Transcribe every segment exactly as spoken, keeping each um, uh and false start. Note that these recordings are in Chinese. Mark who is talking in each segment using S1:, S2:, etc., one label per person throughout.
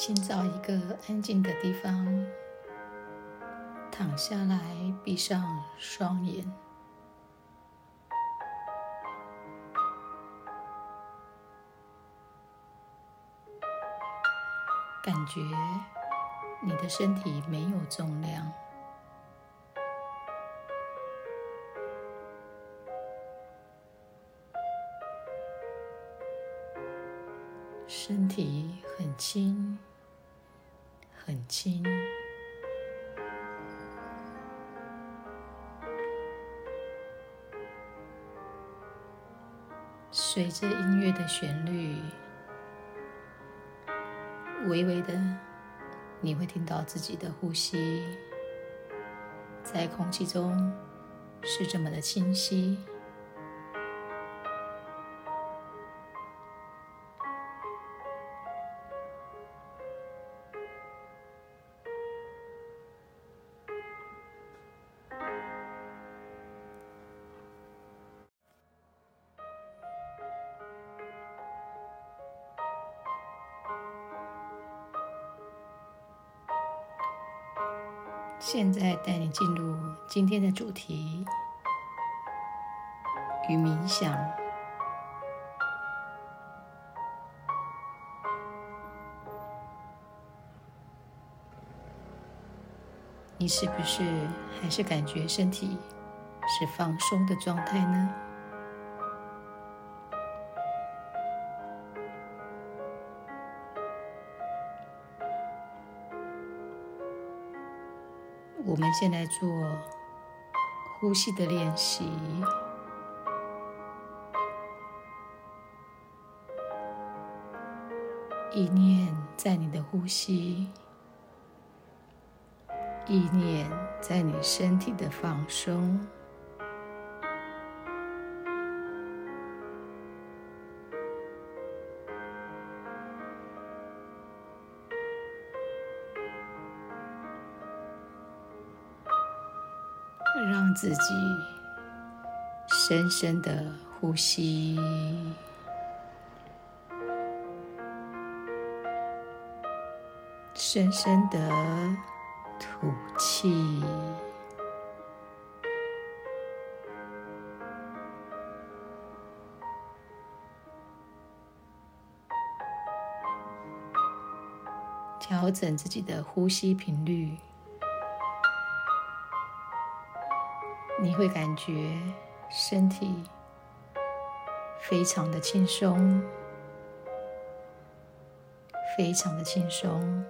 S1: 请找一个安静的地方，躺下来，闭上双眼。感觉你的身体没有重量，身体很轻，很轻。随着音乐的旋律，微微的，你会听到自己的呼吸，在空气中是这么的清晰。现在带你进入今天的主题与冥想。你是不是还是感觉身体是放松的状态呢？我们先来做呼吸的练习。意念在你的呼吸，意念在你身体的放松。让自己深深的呼吸，深深的吐气。调整自己的呼吸频率，你会感觉身体非常的轻松，非常的轻松。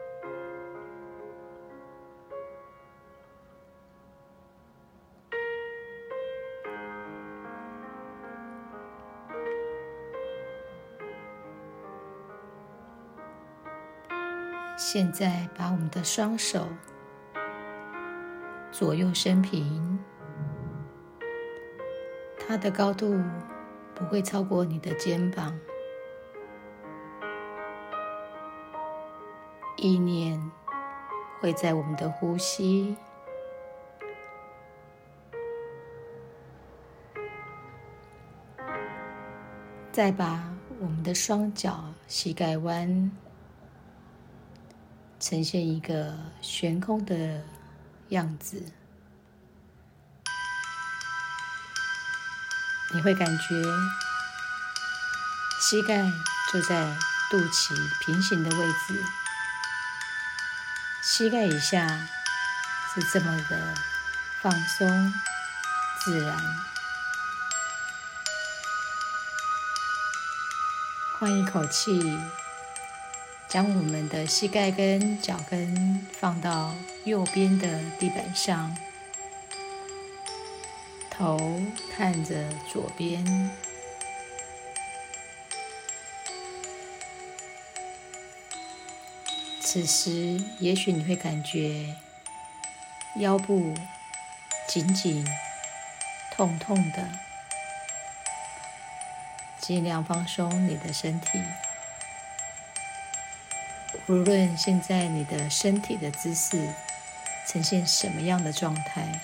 S1: 现在把我们的双手左右伸平，它的高度不会超过你的肩膀。意念会在我们的呼吸，再把我们的双脚膝盖弯，呈现一个悬空的样子。你会感觉膝盖就在肚脐平行的位置，膝盖以下是这么的放松自然。换一口气，将我们的膝盖跟脚跟放到右边的地板上，头看着左边。此时也许你会感觉腰部紧紧痛痛的，尽量放松你的身体。无论现在你的身体的姿势呈现什么样的状态，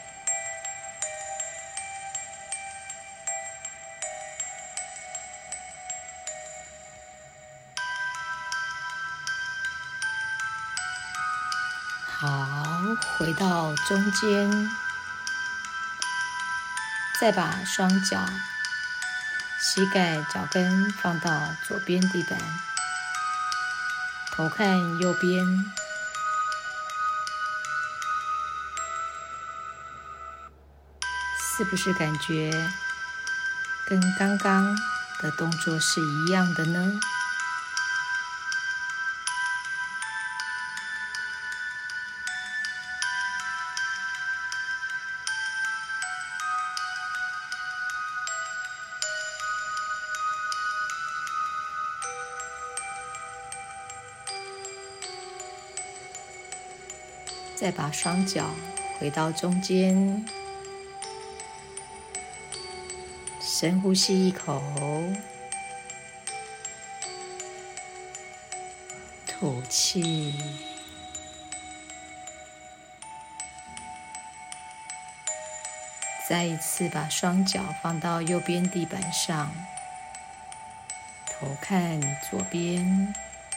S1: 好，回到中间，再把双脚、膝盖、脚跟放到左边地板，头看右边，是不是感觉跟刚刚的动作是一样的呢？再把双脚回到中间，深呼吸一口，吐气。再一次把双脚放到右边地板上，头看左边。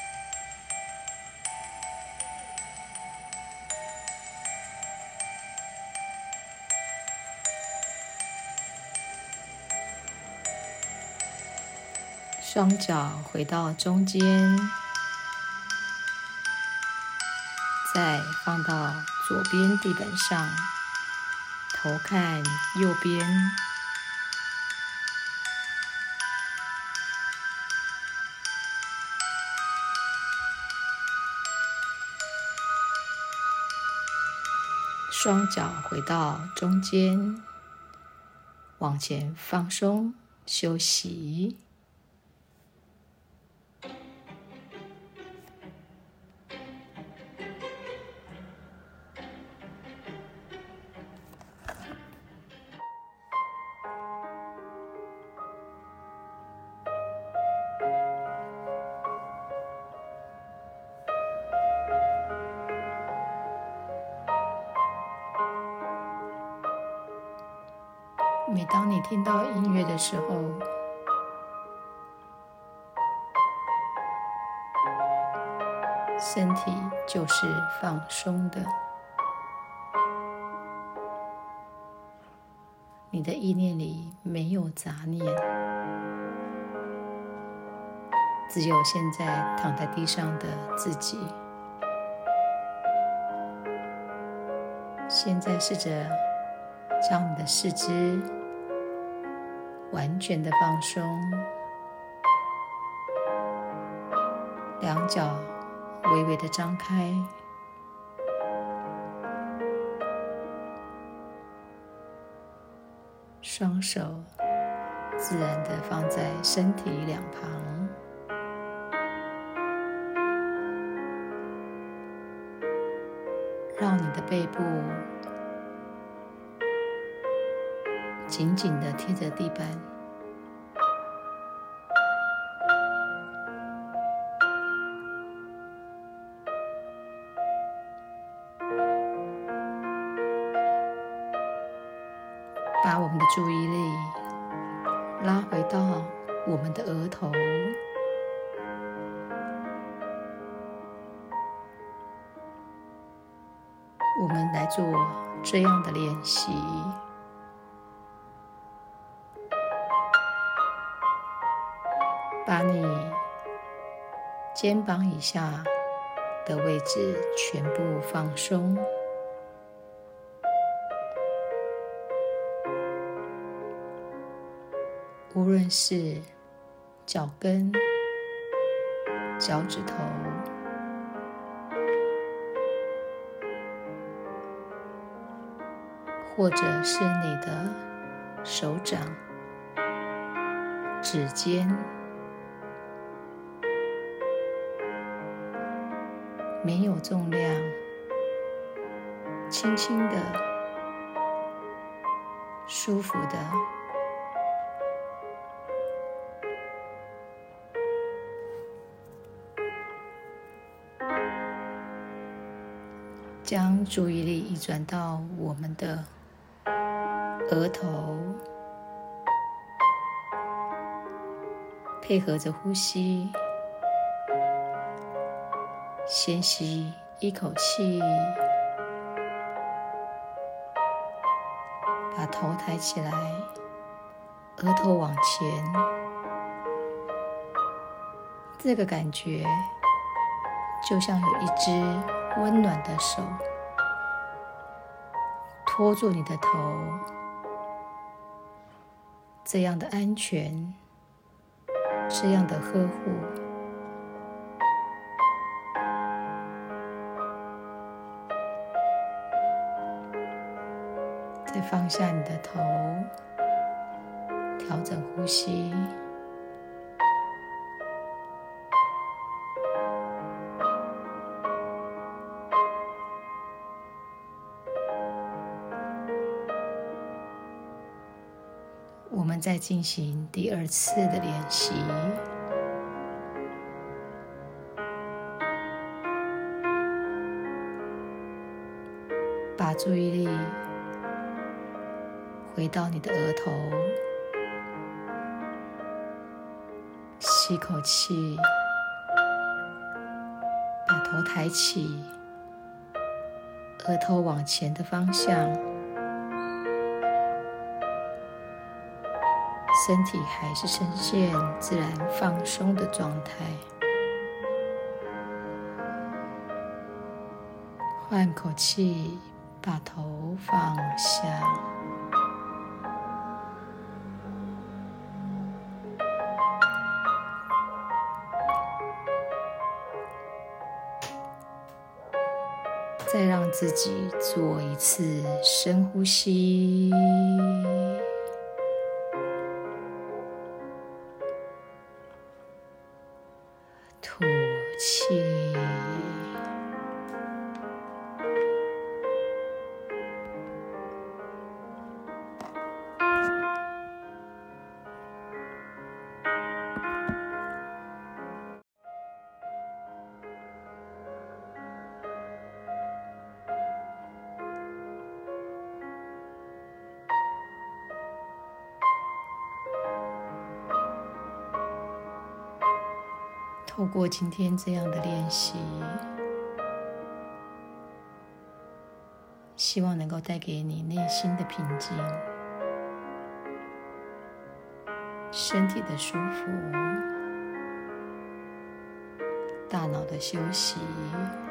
S1: 双脚回到中间，再放到左边地板上，头看右边。双脚回到中间，往前放松休息。每当你听到音乐的时候，身体就是放松的，你的意念里没有杂念，只有现在躺在地上的自己。现在试着将你的四肢完全的放松，两脚微微的张开，双手自然的放在身体两旁，让你的背部紧紧地贴着地板，把我们的注意力拉回到我们的额头，我们来做这样的练习。把你肩膀以下的位置全部放松，无论是脚跟、脚趾头，或者是你的手掌、指尖，没有重量，轻轻的，舒服的，将注意力移转到我们的额头，配合着呼吸，先吸一口气， 把头抬起来，额头往前，这个感觉就像有一只温暖的手托住你的头，这样的安全，这样的呵护。再放下你的头，调整呼吸。我们再进行第二次的练习，把注意力回到你的额头，吸口气，把头抬起，额头往前的方向，身体还是呈现自然放松的状态。换口气，把头放下。再让自己做一次深呼吸，吐气。透过今天这样的练习，希望能够带给你内心的平静，身体的舒服，大脑的休息。